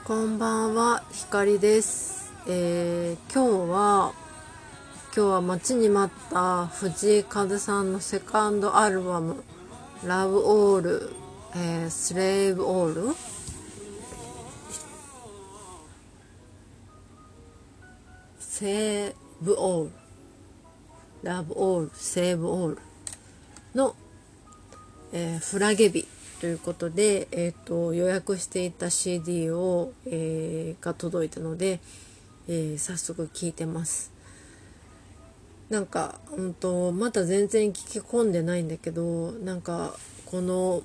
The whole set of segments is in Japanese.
こんばんは、ひかりです。今日は待ちに待った藤井風さんのセカンドアルバムラブオール、スレイブオールセーブオールラブオールセーブオールの、フラゲ日ということで、予約していた CD を、が届いたので、早速聴いてます。なんか、まだ全然聞き込んでないんだけど、なんかこの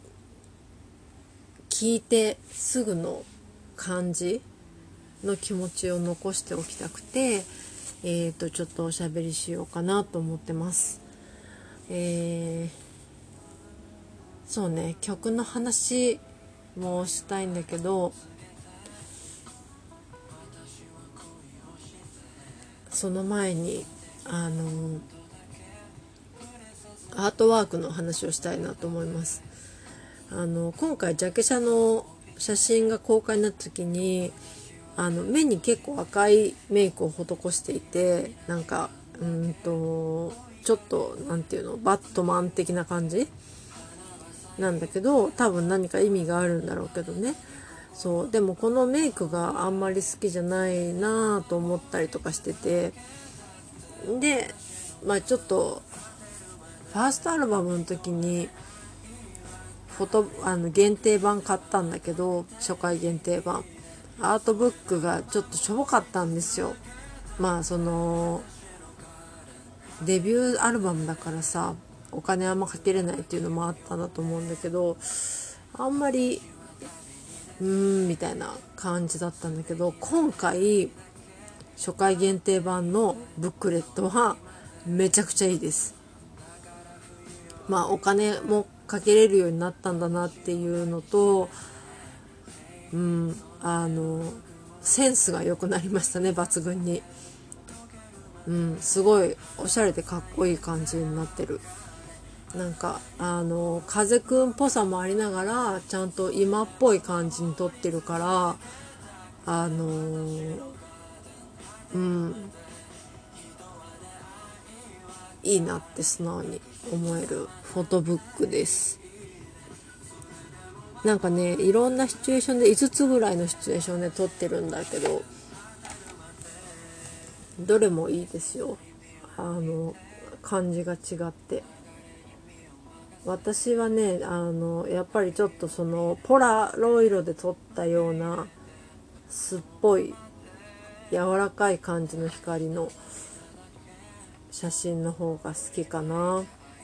聞いてすぐの感じの気持ちを残しておきたくて、ちょっとおしゃべりしようかなと思ってます。そうね、曲の話もしたいんだけど、その前にアートワークの話をしたいなと思います。今回ジャケ写の写真が公開になった時に目に結構赤いメイクを施していて、なんかちょっとなんていうの、バットマン的な感じなんだけど、多分何か意味があるんだろうけどね。そうでもこのメイクがあんまり好きじゃないなと思ったりとかしてて、でちょっとファーストアルバムの時に限定版買ったんだけど、初回限定版アートブックがちょっとしょぼかったんですよ。そのデビューアルバムだからさ、お金あんまかけれないっていうのもあったんだと思うんだけど、あんまりみたいな感じだったんだけど、今回初回限定版のブックレットはめちゃくちゃいいです。お金もかけれるようになったんだなっていうのと、センスが良くなりましたね、抜群に。すごいおしゃれでかっこいい感じになってる。なんか風くんっぽさもありながらちゃんと今っぽい感じに撮ってるから、いいなって素直に思えるフォトブックです。なんかね、いろんなシチュエーションで5つぐらいのシチュエーションで撮ってるんだけど、どれもいいですよ。感じが違って。私はね、やっぱりちょっとそのポラロイドで撮ったようなすっぽい柔らかい感じの光の写真の方が好きかな。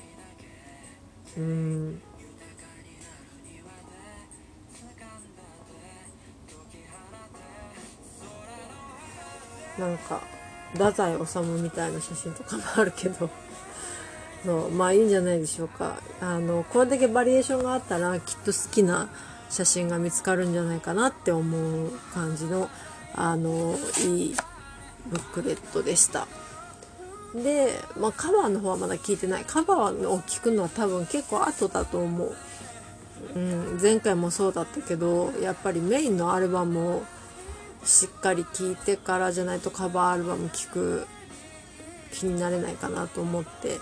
なんか太宰治みたいな写真とかもあるけどそういいんじゃないでしょうか。これだけバリエーションがあったらきっと好きな写真が見つかるんじゃないかなって思う感じのいいブックレットでした。で、カバーの方はまだ聞いてない。カバーを聞くのは多分結構後だと思う。前回もそうだったけど、やっぱりメインのアルバムをしっかり聴いてからじゃないとカバーアルバム聴く気になれないかなと思って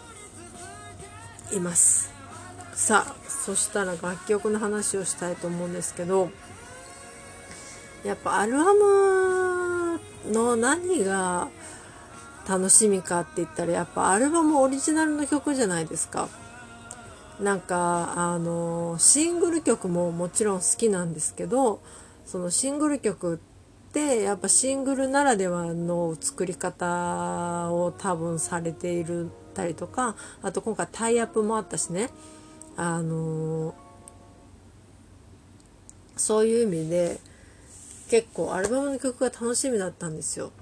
います。さあ、そしたら楽曲の話をしたいと思うんですけど、やっぱアルバムの何が楽しみかって言ったら、やっぱアルバムオリジナルの曲じゃないですか。なんかシングル曲ももちろん好きなんですけど、そのシングル曲ってやっぱシングルならではの作り方を多分されているたりとか、あと今回タイアップもあったしね、そういう意味で結構アルバムの曲が楽しみだったんですよ。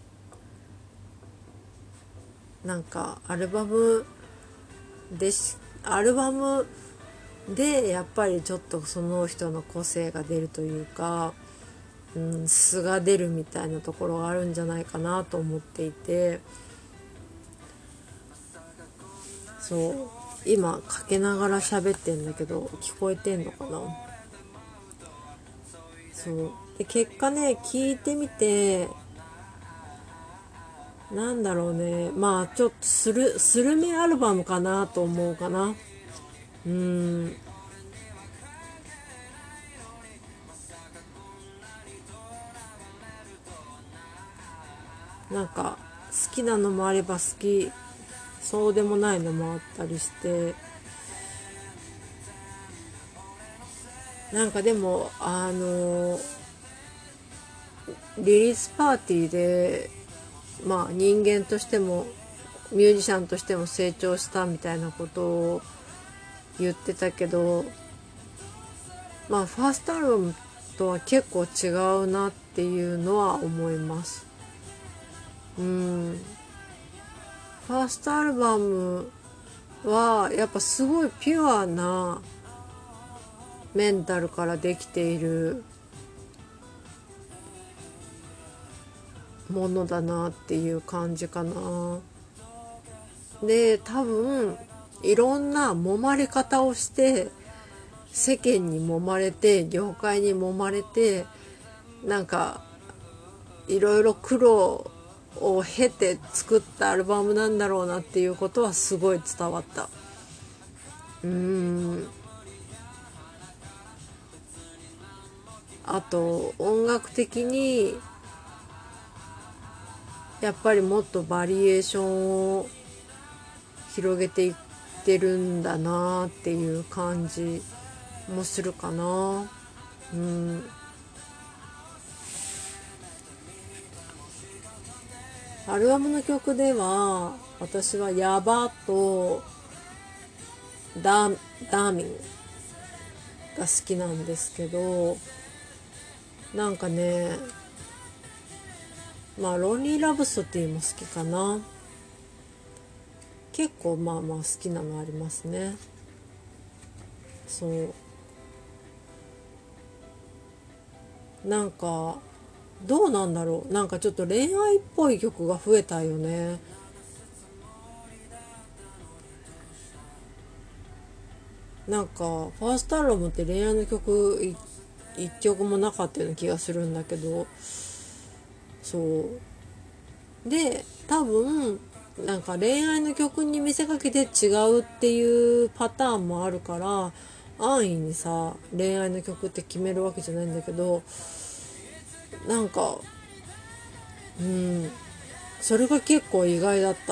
なんかアルバムでやっぱりちょっとその人の個性が出るというか、素が出るみたいなところがあるんじゃないかなと思っていて、そう今かけながら喋ってんだけど聞こえてんのかな。 そうで結果ね聞いてみて、なんだろうね、まあちょっとスルメアルバムかなと思うかな。なんか好きなのもあればそうでもないのもあったりして、なんかでもリリースパーティーでまあ人間としてもミュージシャンとしても成長したみたいなことを言ってたけど、まあファーストアルバムとは結構違うなっていうのは思います。ファーストアルバムはやっぱすごいピュアなメンタルからできているものだなっていう感じかな。で多分いろんな揉まれ方をして世間に揉まれて業界に揉まれて、なんかいろいろ苦労を経て作ったアルバムなんだろうなっていうことはすごい伝わった。あと音楽的にやっぱりもっとバリエーションを広げていってるんだなっていう感じもするかな。アルバムの曲では私はヤバとダーミンが好きなんですけど、なんかね、まあロンリーラブソディも好きかな。結構まあまあ好きなのありますね。なんかどうなんだろう、なんかちょっと恋愛っぽい曲が増えたよね。なんかファーストアルバムって恋愛の曲一曲もなかったような気がするんだけど、そうで多分なんか恋愛の曲に見せかけて違うっていうパターンもあるから、安易にさ恋愛の曲って決めるわけじゃないんだけど、なんかそれが結構意外だった。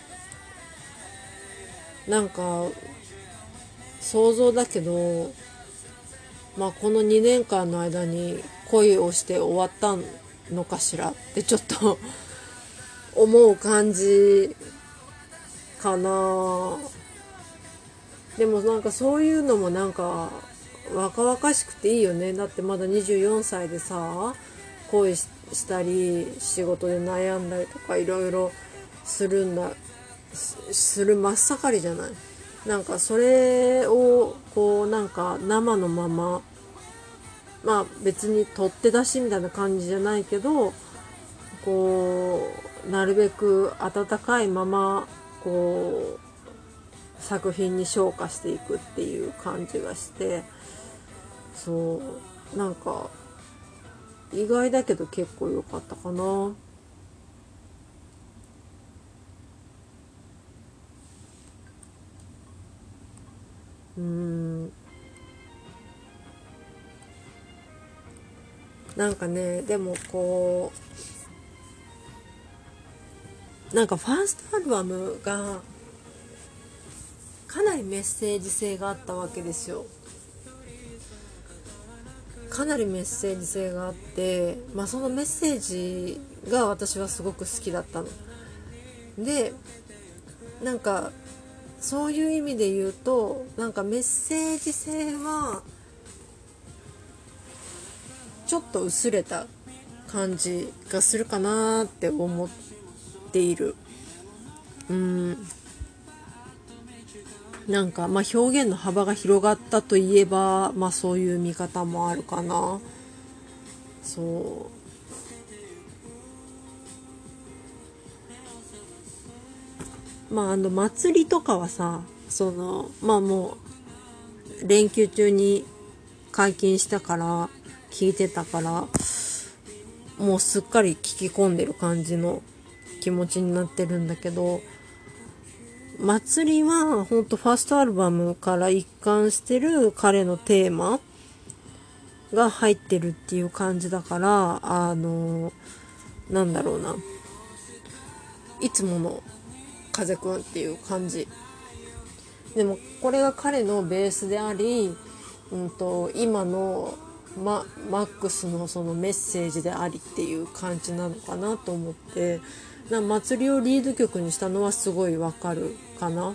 なんか想像だけど、まあこの2年間の間に恋をして終わったのかしらってちょっと思う感じかな。でもなんかそういうのもなんか若々しくていいよね。だってまだ24歳でさ、恋したり仕事で悩んだりとかいろいろする真っ盛りじゃない。なんかそれをこうなんか生のまま、まあ別に取って出しみたいな感じじゃないけど、こうなるべく温かいままこう作品に昇華していくっていう感じがして、そうなんか意外だけど結構良かったかな。なんかね、でもこうなんかファーストアルバムがかなりメッセージ性があったわけですよ。かなりメッセージ性があって、まあそのメッセージが私はすごく好きだったので、なんかそういう意味で言うと、なんかメッセージ性はちょっと薄れた感じがするかなって思っている。なんかまあ表現の幅が広がったといえば、まあそういう見方もあるかな。まあ祭りとかはさ、まあもう連休中に解禁したから聴いてたから、もうすっかり聴き込んでる感じの気持ちになってるんだけど、祭りはほんとファーストアルバムから一貫してる彼のテーマが入ってるっていう感じだから、なんだろうな、いつもの風くんっていう感じ。でもこれが彼のベースであり、今のマックスのそのメッセージでありっていう感じなのかなと思って、祭りをリード曲にしたのはすごいわかるかな。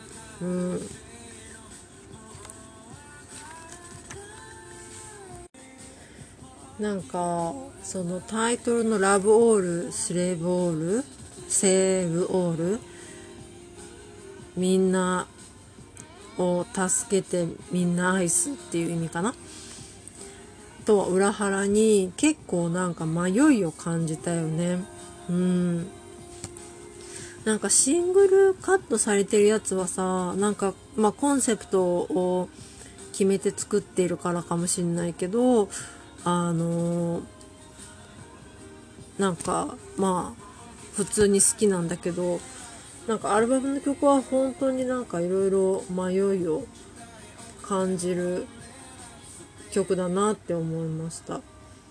なんかそのタイトルのラブオールスレーブオールセーブオール、みんなを助けてみんな愛すっていう意味かなとは裏腹に結構なんか迷いを感じたよね。なんかシングルカットされてるやつはさ、なんかコンセプトを決めて作っているからかもしれないけど、なんか普通に好きなんだけど、なんかアルバムの曲は本当になんかいろいろ迷いを感じる曲だなって思いました。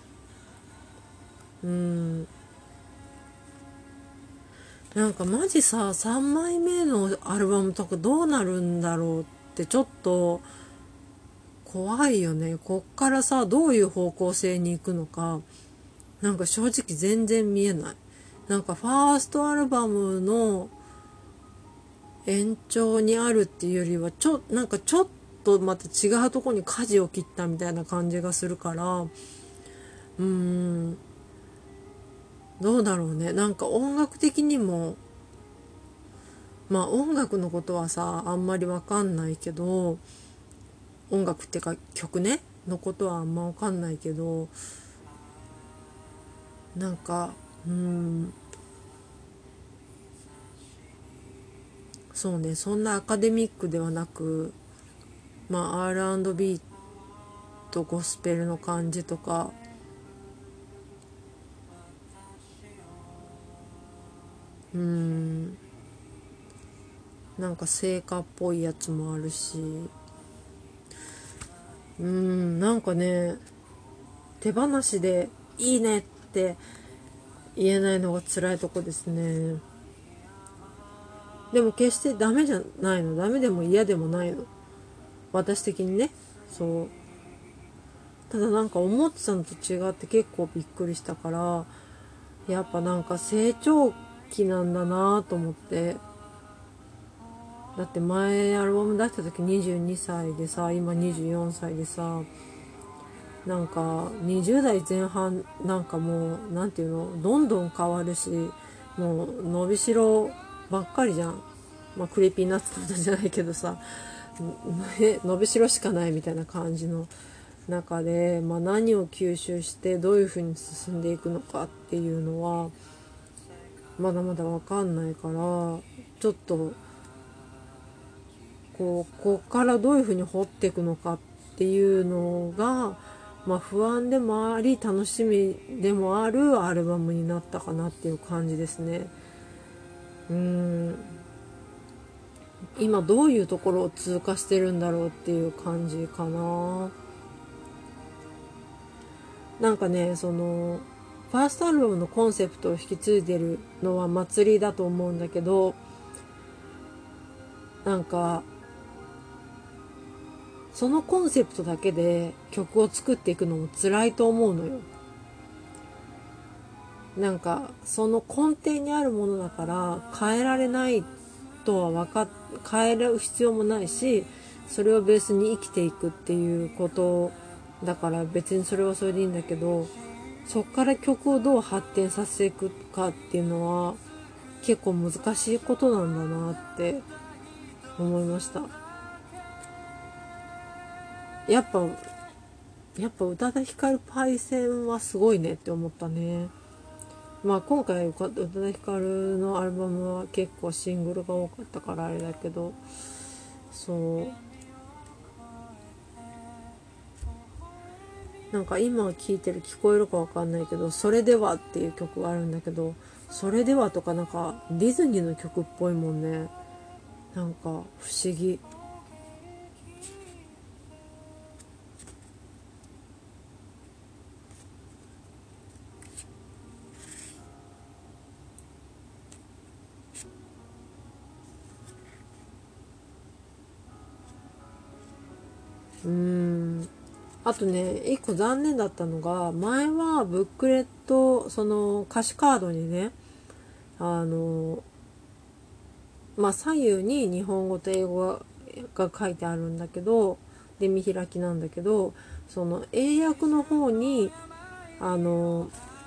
なんかマジさ、3枚目のアルバムとかどうなるんだろうってちょっと怖いよね。こっからさ、どういう方向性に行くのか、なんか正直全然見えない。なんかファーストアルバムの延長にあるっていうよりはなんかちょっとまた違うところに舵を切ったみたいな感じがするから、どうだろうね。なんか音楽的にも、音楽のことはさあんまりわかんないけど、音楽っていうか曲ねのことはあんまわかんないけど、なんかそうね、そんなアカデミックではなく、R&B とゴスペルの感じとか、なんか聖歌っぽいやつもあるし、なんかね、手放しでいいねって言えないのが辛いとこですね。でも決してダメじゃないの。ダメでも嫌でもないの。私的にね。そう。ただなんか思ってたのと違って結構びっくりしたから、やっぱなんか成長期なんだなと思って。だって前アルバム出した時22歳でさ、今24歳でさ、なんか20代前半なんかもうなんていうの、どんどん変わるし、もう伸びしろばっかりじゃん。クリーピーナッツってことじゃないけどさ、伸びしろしかないみたいな感じの中で、何を吸収してどういう風に進んでいくのかっていうのはまだまだ分かんないから、ちょっとこっからどういう風に掘っていくのかっていうのが、不安でもあり楽しみでもあるアルバムになったかなっていう感じですね。今どういうところを通過してるんだろうっていう感じかな。なんかね、そのファーストアルバムのコンセプトを引き継いでるのは祭りだと思うんだけど、なんかそのコンセプトだけで曲を作っていくのも辛いと思うのよ。なんかその根底にあるものだから変えられないとは変える必要もないし、それをベースに生きていくっていうことだから別にそれはそれでいいんだけど、そっから曲をどう発展させていくかっていうのは結構難しいことなんだなって思いました。やっぱ宇多田ヒカルパイセンはすごいねって思ったね。今回宇多田ヒカルのアルバムは結構シングルが多かったからあれだけど、そうなんか今聴いてる聞こえるかわかんないけど、それではっていう曲があるんだけど、それではとかなんかディズニーの曲っぽいもんね。なんか不思議。あとね、一個残念だったのが、前はブックレット、その歌詞カードにね、あの、左右に日本語と英語が書いてあるんだけど、で、見開きなんだけど、その英訳の方に、あの、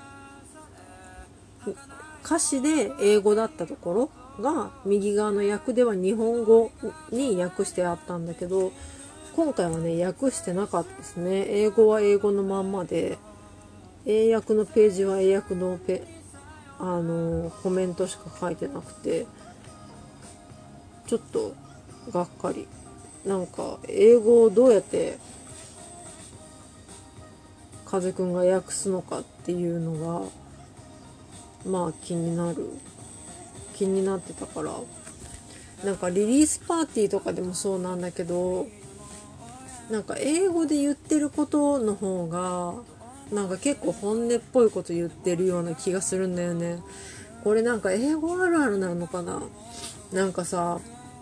歌詞で英語だったところが、右側の訳では日本語に訳してあったんだけど、今回はね、訳してなかったですね。英語は英語のまんまで、英訳のページは英訳のコメントしか書いてなくて、ちょっとがっかり。なんか英語をどうやって風くんが訳すのかっていうのが気になってたから、なんかリリースパーティーとかでもそうなんだけど、なんか英語で言ってることの方がなんか結構本音っぽいこと言ってるような気がするんだよね。これなんか英語あるあるなのかな。なんかさ、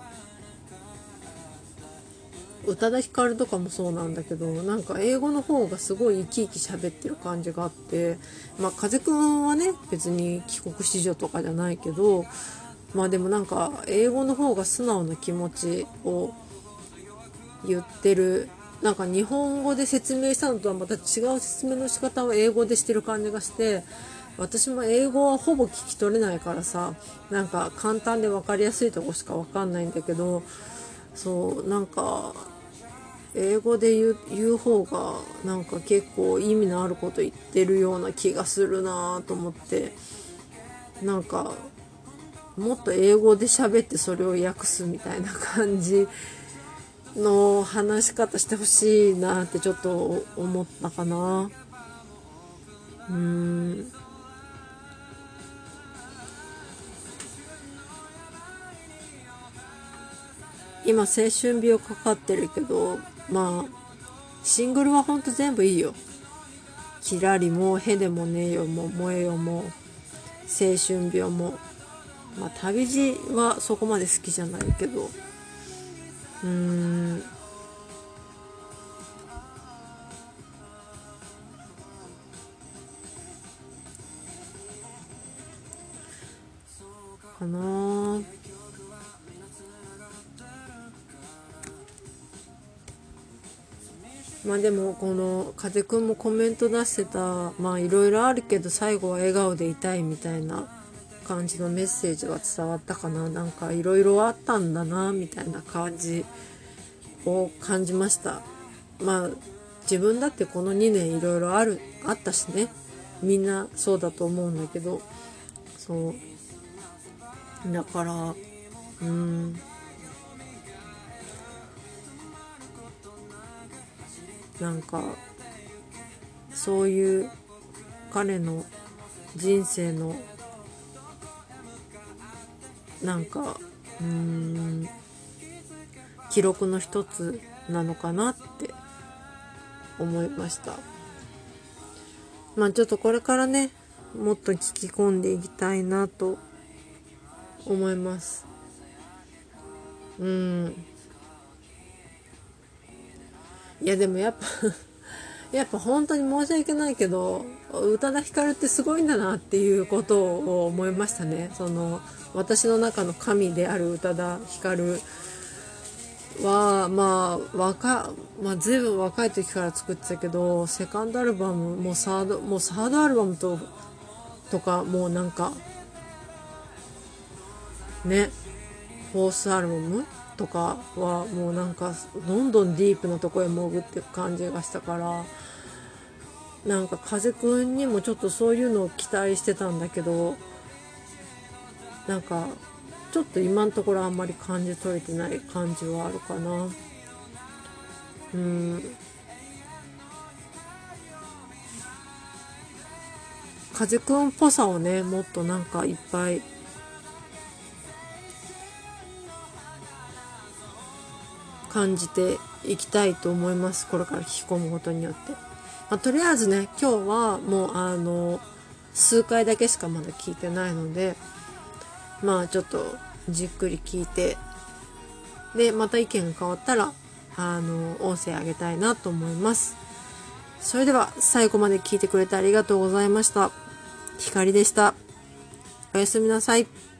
宇多田ヒカルとかもそうなんだけど、なんか英語の方がすごい生き生き喋ってる感じがあって、風くんはね別に帰国子女とかじゃないけど、でもなんか英語の方が素直な気持ちを言ってる。なんか日本語で説明したのとはまた違う説明の仕方を英語でしてる感じがして、私も英語はほぼ聞き取れないからさ、なんか簡単で分かりやすいとこしか分かんないんだけど、そうなんか英語で言う方がなんか結構意味のあること言ってるような気がするなと思って、なんかもっと英語で喋ってそれを訳すみたいな感じの話し方してほしいなってちょっと思ったかな。今青春病かかってるけど、シングルはほんと全部いいよ。キラリもヘでもねえよも燃えよも青春病も、旅路はそこまで好きじゃないけど、かな。でもこの風くんもコメント出してた、いろいろあるけど最後は笑顔でいたいみたいな感じのメッセージが伝わったかな。なんかいろいろあったんだなみたいな感じを感じました。自分だってこの2年いろいろあったしね、みんなそうだと思うんだけど、そうだからなんかそういう彼の人生のなんか記録の一つなのかなって思いました。ちょっとこれからねもっと聞き込んでいきたいなと思います。いやでもやっぱやっぱ本当に申し訳ないけど、宇多田ヒカルってすごいんだなっていうことを思いましたね。その私の中の神である宇多田ヒカルはずいぶん若い時から作ってたけど、セカンドアルバムもうサードアルバムとかもうなんかね、フォースアルバムとかはもうなんかどんどんディープなとこへ潜っていく感じがしたから、なんか風くんにもちょっとそういうのを期待してたんだけど、なんかちょっと今のところあんまり感じ取れてない感じはあるかな。 風くんっぽさをね、もっとなんかいっぱい感じていきたいと思います。これから聞き込むことによって。とりあえずね、今日はもう数回だけしかまだ聞いてないので、ちょっとじっくり聞いて、で、また意見が変わったら、音声あげたいなと思います。それでは最後まで聞いてくれてありがとうございました。ひかりでした。おやすみなさい。